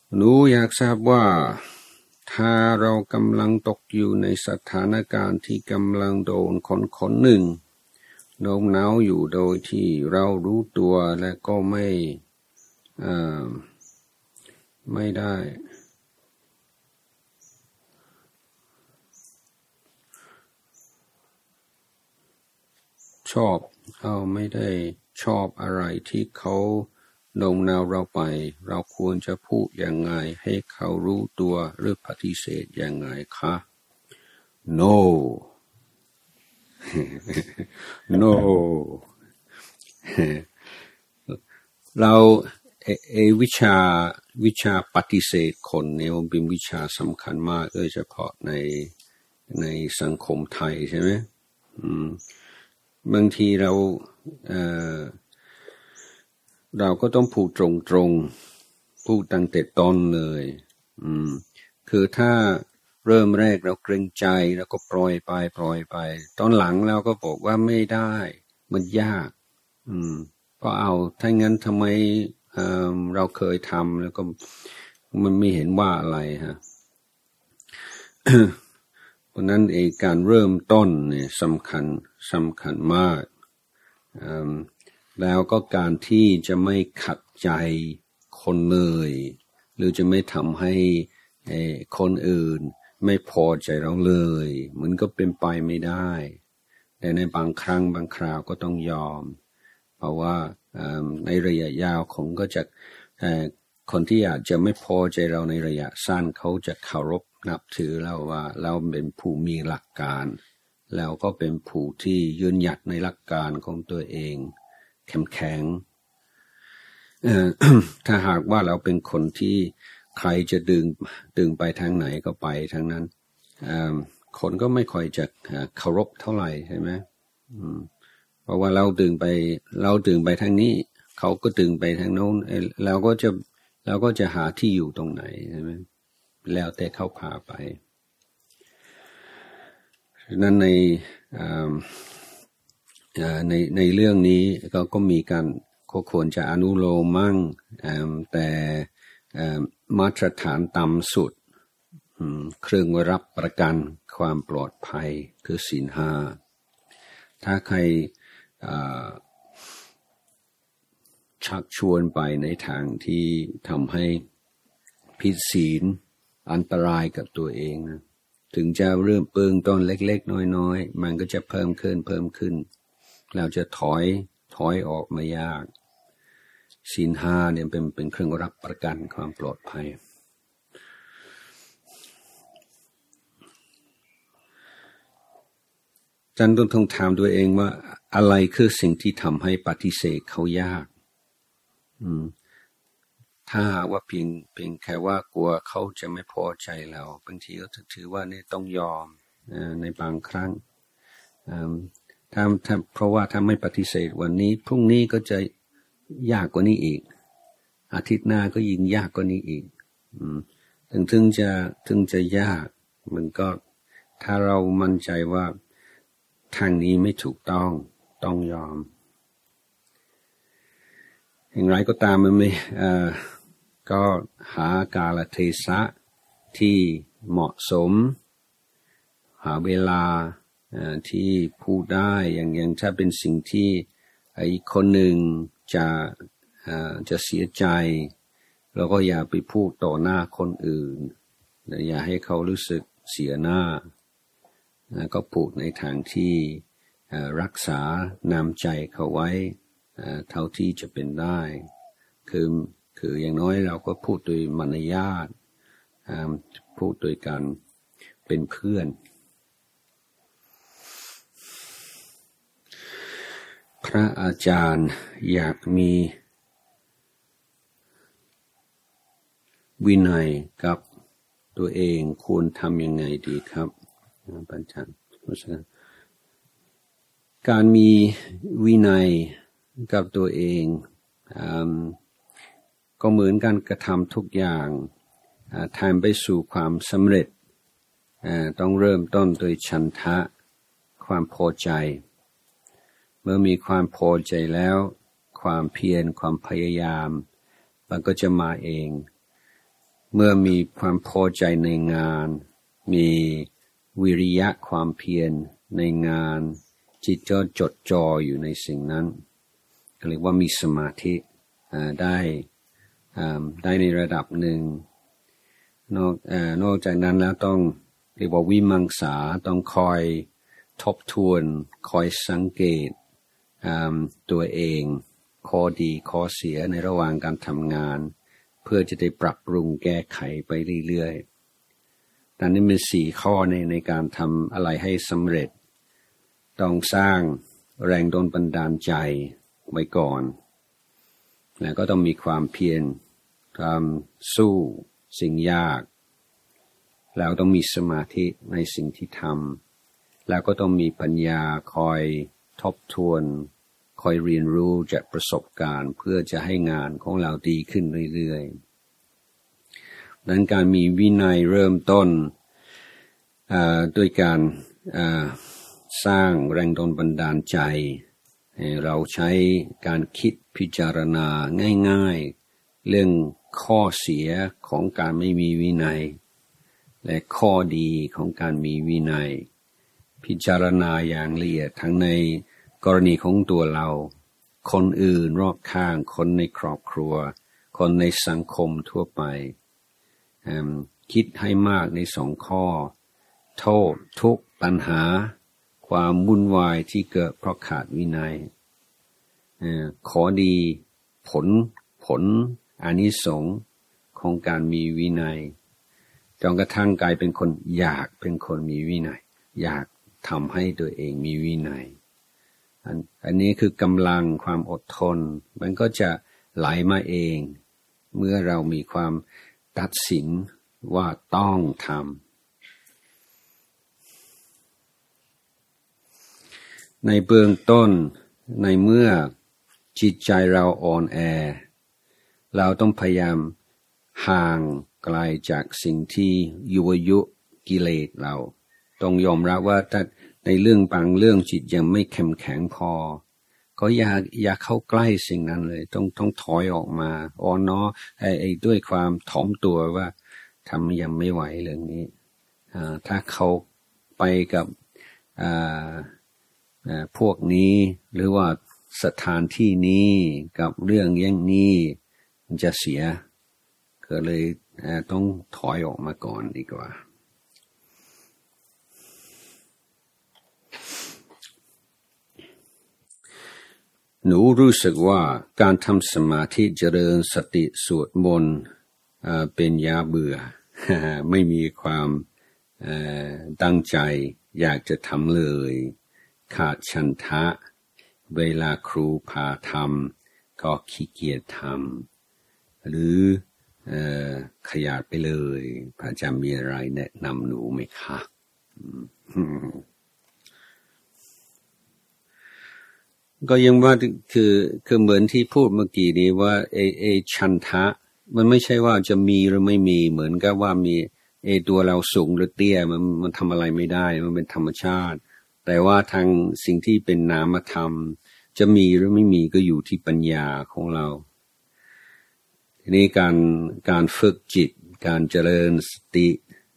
หนูอยากทราบว่าถ้าเรากำลังตกอยู่ในสถานการณ์ที่กำลังโดนคนหนึ่งโน้มน้าวอยู่โดยที่เรารู้ตัวและก็ไม่ได้ไม่ได้ชอบอะไรที่เขาโน้มน้าวเราไปเราควรจะพูดยังไงให้เขารู้ตัวหรือปฏิเสธยังไงคะ No No เราวิชาปฏิเสธคนเนี่ยมันเป็นวิชาสำคัญมากโดยเฉพาะในสังคมไทยใช่ไหมบางทีเราก็ต้องพูดตรงพูดตั้งแต่ต้นเลยคือถ้าเริ่มแรกเราเกรงใจแล้วก็ปล่อยไปตอนหลังเราก็บอกว่าไม่ได้มันยากก็เอาถ้างั้นทำไมเราเคยทำแล้วก็มันไม่เห็นว่าอะไรฮะ เพราะนั้นการเริ่มต้นเนี่ยสำคัญมากแล้วก็การที่จะไม่ขัดใจคนเลยหรือจะไม่ทำให้คนอื่นไม่พอใจเราเลยมันก็เป็นไปไม่ได้แต่ในบางครั้งบางคราวก็ต้องยอมเพราะว่าในระยะยาวก็จะคนที่อาจจะไม่พอใจเราในระยะสั้นเขาจะเคารพนับถือเราว่าเราเป็นผู้มีหลักการแล้วก็เป็นผู้ที่ยืนหยัดในหลักการของตัวเองเข้มแข็งถ้าหากว่าเราเป็นคนที่ใครจะดึงไปทางไหนก็ไปทางนั้นคนก็ไม่ค่อยจะเคารพเท่าไหร่ใช่ไหมเพราะว่าเราดึงไปทางนี้เขาก็ดึงไปทางโน้นเราก็จะหาที่อยู่ตรงไหนใช่ไหมแล้วแต่เขาพาไปฉะนั้นในเรื่องนี้ก็มีการก็ควรจะอนุโลมมั่งแต่มาตรฐานต่ำสุดเครื่องรับประกันความปลอดภัยคือศีลห้าถ้าใครชักชวนไปในทางที่ทำให้ผิดศีลอันตรายกับตัวเองนะถึงจะเริ่มเบื้องต้นเล็กๆน้อยๆมันก็จะเพิ่มขึ้นเราจะถอยออกมายากศีลห้าเนี่ยเป็นเครื่องรับประกันความปลอดภัยจันต้องถามตัวเองว่าอะไรคือสิ่งที่ทำให้ปฏิเสธเขายากถ้าว่าเพียงแค่ว่ากลัวเขาจะไม่พอใจเราบางทีก็ถือว่านี่ต้องยอมในบางครั้งถ้าเพราะว่าถ้าไม่ปฏิเสธวันนี้พรุ่งนี้ก็จะยากกว่านี้อีกอาทิตย์หน้าก็ยิ่งยากกว่านี้อีกถึงจะยากมันก็ถ้าเรามั่นใจว่าทางนี้ไม่ถูกต้องยอมอย่างไรก็ตามมันไม่ก็หากาลเทศะที่เหมาะสมหาเวลาที่พูดได้อย่างถ้าเป็นสิ่งที่อีกคนหนึ่งจะเสียใจเราก็อย่าไปพูดต่อหน้าคนอื่นอย่าให้เขารู้สึกเสียหน้าก็พูดในทางที่รักษาน้ำใจเขาไว้เท่าที่จะเป็นได้คืออย่างน้อยเราก็พูดโดยมารยาทพูดโดยการเป็นเพื่อนพระอาจารย์อยากมีวินัยกับตัวเองควรทำยังไงดีครับอาจารย์การมีวินัยกับตัวเองก็เหมือนการกระทำทุกอย่างทางไปสู่ความสำเร็จต้องเริ่มต้นโดยฉันทะความพอใจเมื่อมีความพอใจแล้วความเพียรความพยายามมันก็จะมาเองเมื่อมีความพอใจในงานมีวิริยะความเพียรในงานจิตก็จดจ่ออยู่ในสิ่งนั้นเรียกว่ามีสมาธิได้ในระดับหนึ่งนอกจากนั้นแล้วต้องเรียกว่าวิมังสาต้องคอยทบทวนคอยสังเกตตัวเองข้อดีข้อเสียในระหว่างการทำงานเพื่อจะได้ปรับปรุงแก้ไขไปเรื่อยๆแต่นี่มี4 ข้อในการทำอะไรให้สำเร็จต้องสร้างแรงโดนบันดาลใจไว้ก่อนแล้วก็ต้องมีความเพียรสู้สิ่งยากแล้วต้องมีสมาธิในสิ่งที่ทำแล้วก็ต้องมีปัญญาคอยทบทวนคอยเรียนรู้จากประสบการณ์เพื่อจะให้งานของเราดีขึ้นเรื่อยๆดังนั้นการมีวินัยเริ่มต้นด้วยการสร้างแรงโดนบันดาลใจเราใช้การคิดพิจารณาง่ายๆเรื่องข้อเสียของการไม่มีวินัยและข้อดีของการมีวินัยพิจารณาอย่างละเอียดทั้งในกรณีของตัวเราคนอื่นรอบข้างคนในครอบครัวคนในสังคมทั่วไปคิดให้มากใน2 ข้อโทษทุกข์ปัญหาความวุ่นวายที่เกิดเพราะขาดวินัยขอดีผลอานิสงส์ของการมีวินัยจนกระทั่งกลายเป็นคนอยากเป็นคนมีวินัยอยากทำให้ตัวเองมีวินัยอันนี้คือกำลังความอดทนมันก็จะไหลมาเองเมื่อเรามีความตัดสินว่าต้องทำในเบื้องต้นในเมื่อจิตใจเราอ่อนแอเราต้องพยายามห่างไกลจากสิ่งที่ยั่วยุกิเลสเราต้องยอมรับว่าถ้าในเรื่องบางเรื่องจิตยังไม่เข้มแข็งพอก็อย่าเข้าใกล้สิ่งนั้นเลยต้องถอยออกมาเนาะด้วยความถ่อมตัวว่าทำยังไม่ไหวเรื่องนี้ถ้าเขาไปกับพวกนี้หรือว่าสถานที่นี้กับเรื่องอย่างนี้มันจะเสียก็เลยต้องถอยออกมาก่อนดีกว่าหนูรู้สึกว่าการทำสมาธิเจริญสติสวดมนต์เป็นยาเบื่อ ไม่มีความตั้งใจอยากจะทำเลยขาดฉันทะเวลาครูพาทำก็ขี้เกียจทำหรือขยับไปเลยพระอาจารย์มีอะไรแนะนำหนูไหมคะก็ยังว่าคือเหมือนที่พูดเมื่อกี้นี้ว่าฉันทะมันไม่ใช่ว่าจะมีหรือไม่มีเหมือนกับว่ามีตัวเราสูงหรือเตี้ยมันทำอะไรไม่ได้มันเป็นธรรมชาติแต่ว่าทางสิ่งที่เป็นนามธรรมจะมีหรือไม่มีก็อยู่ที่ปัญญาของเราทีนี้การฝึกจิตการเจริญสติ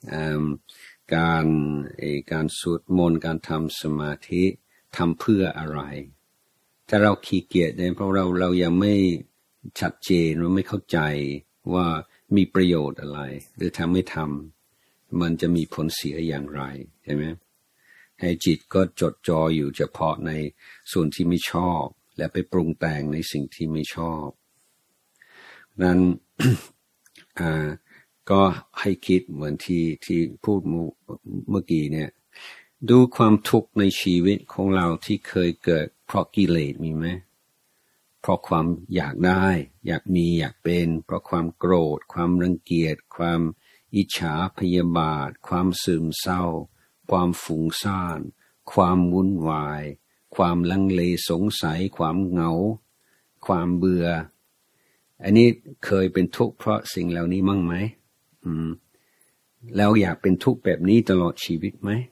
การสวดมนต์การทำสมาธิทำเพื่ออะไรถ้าเราขี้เกียจเนี่ยเพราะเรายังไม่ชัดเจนเราไม่เข้าใจว่ามีประโยชน์อะไรหรือถ้าไม่ทำมันจะมีผลเสียอย่างไรใช่ไหมให้จิตก็จดจ่ออยู่เฉพาะในส่วนที่ไม่ชอบและไปปรุงแต่งในสิ่งที่ไม่ชอบนั้น ก็ให้คิดเหมือนที่พูดเมื่อกี้เนี่ยดูความทุกข์ในชีวิตของเราที่เคยเกิดเพราะกิเลสมีไหมเพราะความอยากได้อยากมีอยากเป็นเพราะความโกรธความรังเกียจความอิจฉาพยาบาทความซึมเศร้าความฟุ้งซ่านความวุ่นวายความลังเลสงสัยความเหงาความเบื่ออันนี้เคยเป็นทุกข์เพราะสิ่งเหล่านี้มั่งไหมแล้วอยากเป็นทุกข์แบบนี้ตลอดชีวิตไหม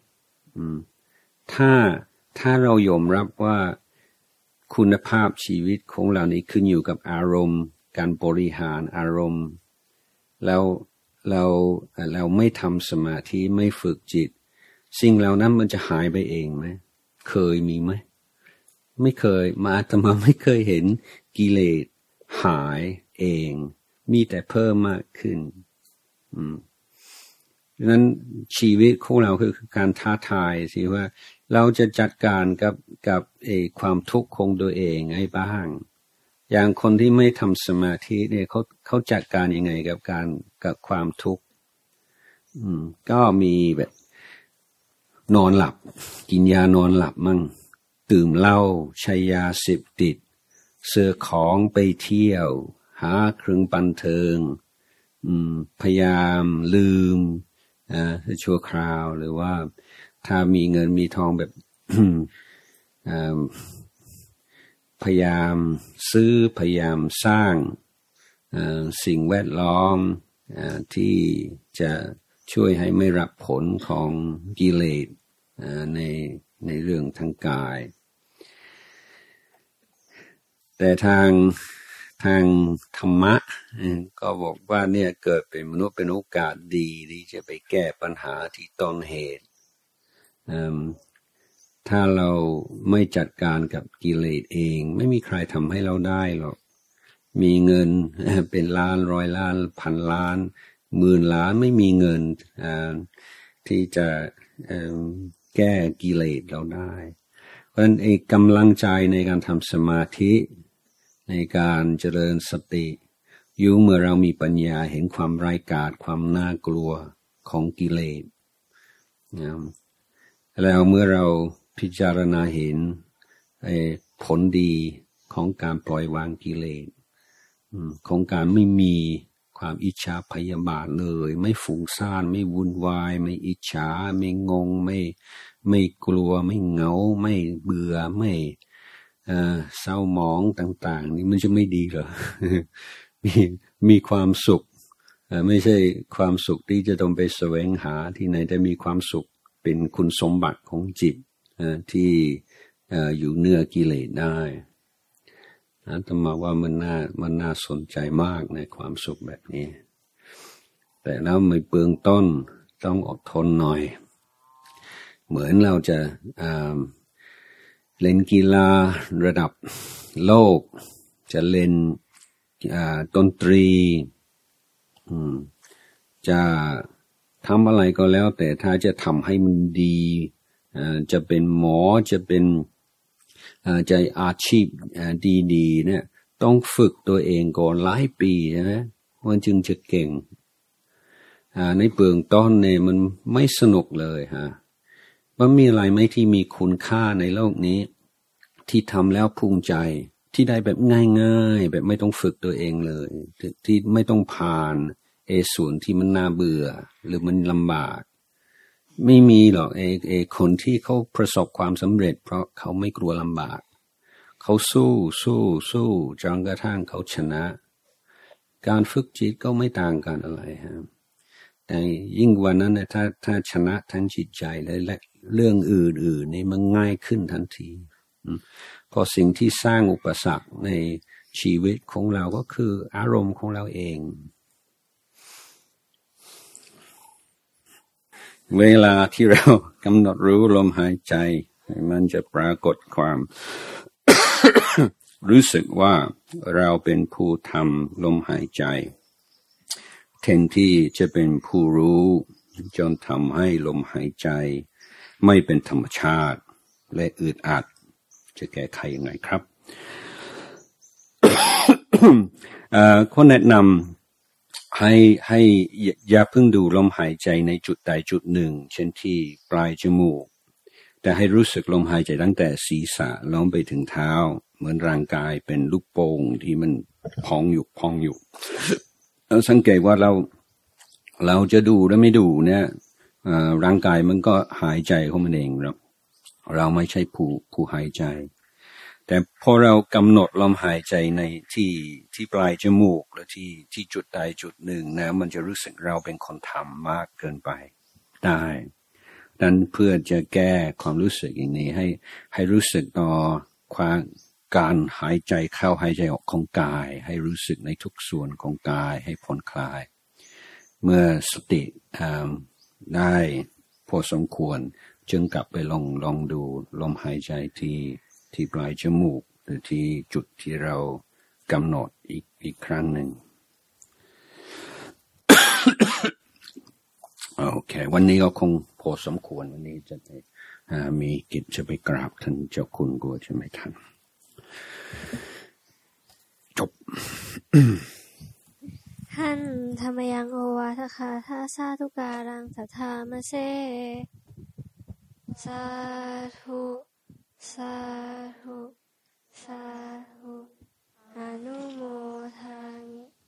ถ้าเรายอมรับว่าคุณภาพชีวิตของเรานี้ขึ้นอยู่กับอารมณ์การบริหารอารมณ์แล้วเราไม่ทำสมาธิไม่ฝึกจิตสิ่งเหล่านั้นมันจะหายไปเองไหมเคยมีไหมไม่เคยมาอาตมาไม่เคยเห็นกิเลสหายเองมีแต่เพิ่มมากขึ้นดังนั้นชีวิตของเราคือการท้าทายสิว่าเราจะจัดการกับความทุกข์ของตัวเองให้บ้างอย่างคนที่ไม่ทำสมาธิเนี่ยเขาจัดการยังไงกับความทุกข์ก็มีแบบนอนหลับกินยานอนหลับมั่งดื่มเหล้าใช้ยาเสพติดซื้อของไปเที่ยวหาเครื่องบันเทิงพยายามลืมชั่วคราวหรือว่าถ้ามีเงินมีทองแบบ พยายามซื้อพยายามสร้างสิ่งแวดล้อมที่จะช่วยให้ไม่รับผลของกิเลสในเรื่องทางกายแต่ทางธรรมะก็บอกว่าเนี่ยเกิดเป็นมนุษย์เป็นโอกาสดีที่จะไปแก้ปัญหาที่ต้นเหตุถ้าเราไม่จัดการกับกิเลสเองไม่มีใครทำให้เราได้หรอกมีเงินเป็นล้านร้อยล้านพันล้านหมื่นล้านไม่มีเงินที่จะแก้กิเลสเราได้เพราะฉะนั้นกำลังใจในการทำสมาธิในการเจริญสติอยู่เมื่อเรามีปัญญาเห็นความร้ายกาจความน่ากลัวของกิเลสแล้วเมื่อเราพิจารณาเห็นผลดีของการปล่อยวางกิเลสของการไม่มีความอิจฉาพยาบาทเลยไม่ฟุ้งซ่านไม่วุ่นวายไม่อิจฉาไม่งงไม่กลัวไม่เหงาไม่เบื่อไม่เศร้าหมองต่างๆนี่มันจะไม่ดีเหรอ มีความสุขไม่ใช่ความสุขที่จะต้องไปแสวงหาที่ไหนแต่มีความสุขเป็นคุณสมบัติของจิตที่อยู่เหนือกิเลสได้อาตมาว่ามันน่าสนใจมากในความสุขแบบนี้แต่แล้วในเบื้องต้นต้องอดทนหน่อยเหมือนเราจะเล่นกีฬาระดับโลกจะเล่นดนตรีจะทำอะไรก็แล้วแต่ถ้าจะทำให้มันดีจะเป็นหมอจะเป็นจะอาชีพดีๆเนี่ยต้องฝึกตัวเองก่อนหลายปีนะมันจึงจะเก่งในเบื้องต้นเนี่ยมันไม่สนุกเลยฮะมันมีอะไรไหมที่มีคุณค่าในโลกนี้ที่ทำแล้วภูมิใจที่ได้แบบง่ายๆแบบไม่ต้องฝึกตัวเองเลยที่ไม่ต้องผ่านส่วนที่มันน่าเบื่อหรือมันลำบากไม่มีหรอกคนที่เขาประสบความสำเร็จเพราะเขาไม่กลัวลำบากเขาสู้จนกระทั่งเขาชนะการฝึกจิตก็ไม่ต่างกันอะไรฮะแต่ยิ่งวันนั้นเนี่ยถ้าชนะทั้งจิตใจและเรื่องอื่นๆนี่มันง่ายขึ้นทันทีเพราะสิ่งที่สร้างอุปสรรคในชีวิตของเราก็คืออารมณ์ของเราเองเวลาที่เรากำหนดรู้ลมหายใจมันจะปรากฏความ รู้สึกว่าเราเป็นผู้ทำลมหายใจแทนที่จะเป็นผู้รู้จนทำให้ลมหายใจไม่เป็นธรรมชาติและอึดอัดจะแก้ไขยังไงครับ ข้อแนะนำให้อย่าเพิ่งดูลมหายใจในจุดใดจุดหนึ่งเช่นที่ปลายจมูกแต่ให้รู้สึกลมหายใจตั้งแต่ศีรษะลงไปถึงเท้าเหมือนร่างกายเป็นลูกโป่งที่มันพองอยู่สังเกตว่าเราจะดูและไม่ดูเนี่ยร่างกายมันก็หายใจของมันเองเราไม่ใช่ผู้หายใจแต่พอเรากำหนดลมหายใจในที่ปลายจมูกหรือที่จุดใดจุดหนึ่งนะมันจะรู้สึกเราเป็นคนทำมากเกินไปได้ดังนั้นเพื่อจะแก้ความรู้สึกอย่างนี้ให้รู้สึกต่อการหายใจเข้าหายใจออกของกายให้รู้สึกในทุกส่วนของกายให้ผ่อนคลายเมื่อสติได้พอสมควรจึงกลับไปลองดูลมหายใจที่ปลายจมูกหรือที่จุดที่เรากำหนดอีกครั้งหนึ่ง โอเควันนี้ก็คงพอสมควรวันนี้จะมีกิจจะไปกราบท่านเจ้าคุณกลัวจะไม่ทันจบหันธรรมยังโอวาทคาทาสาธุการังสัทธามะเสสาธุสาธุสาธุอนุโมทามิ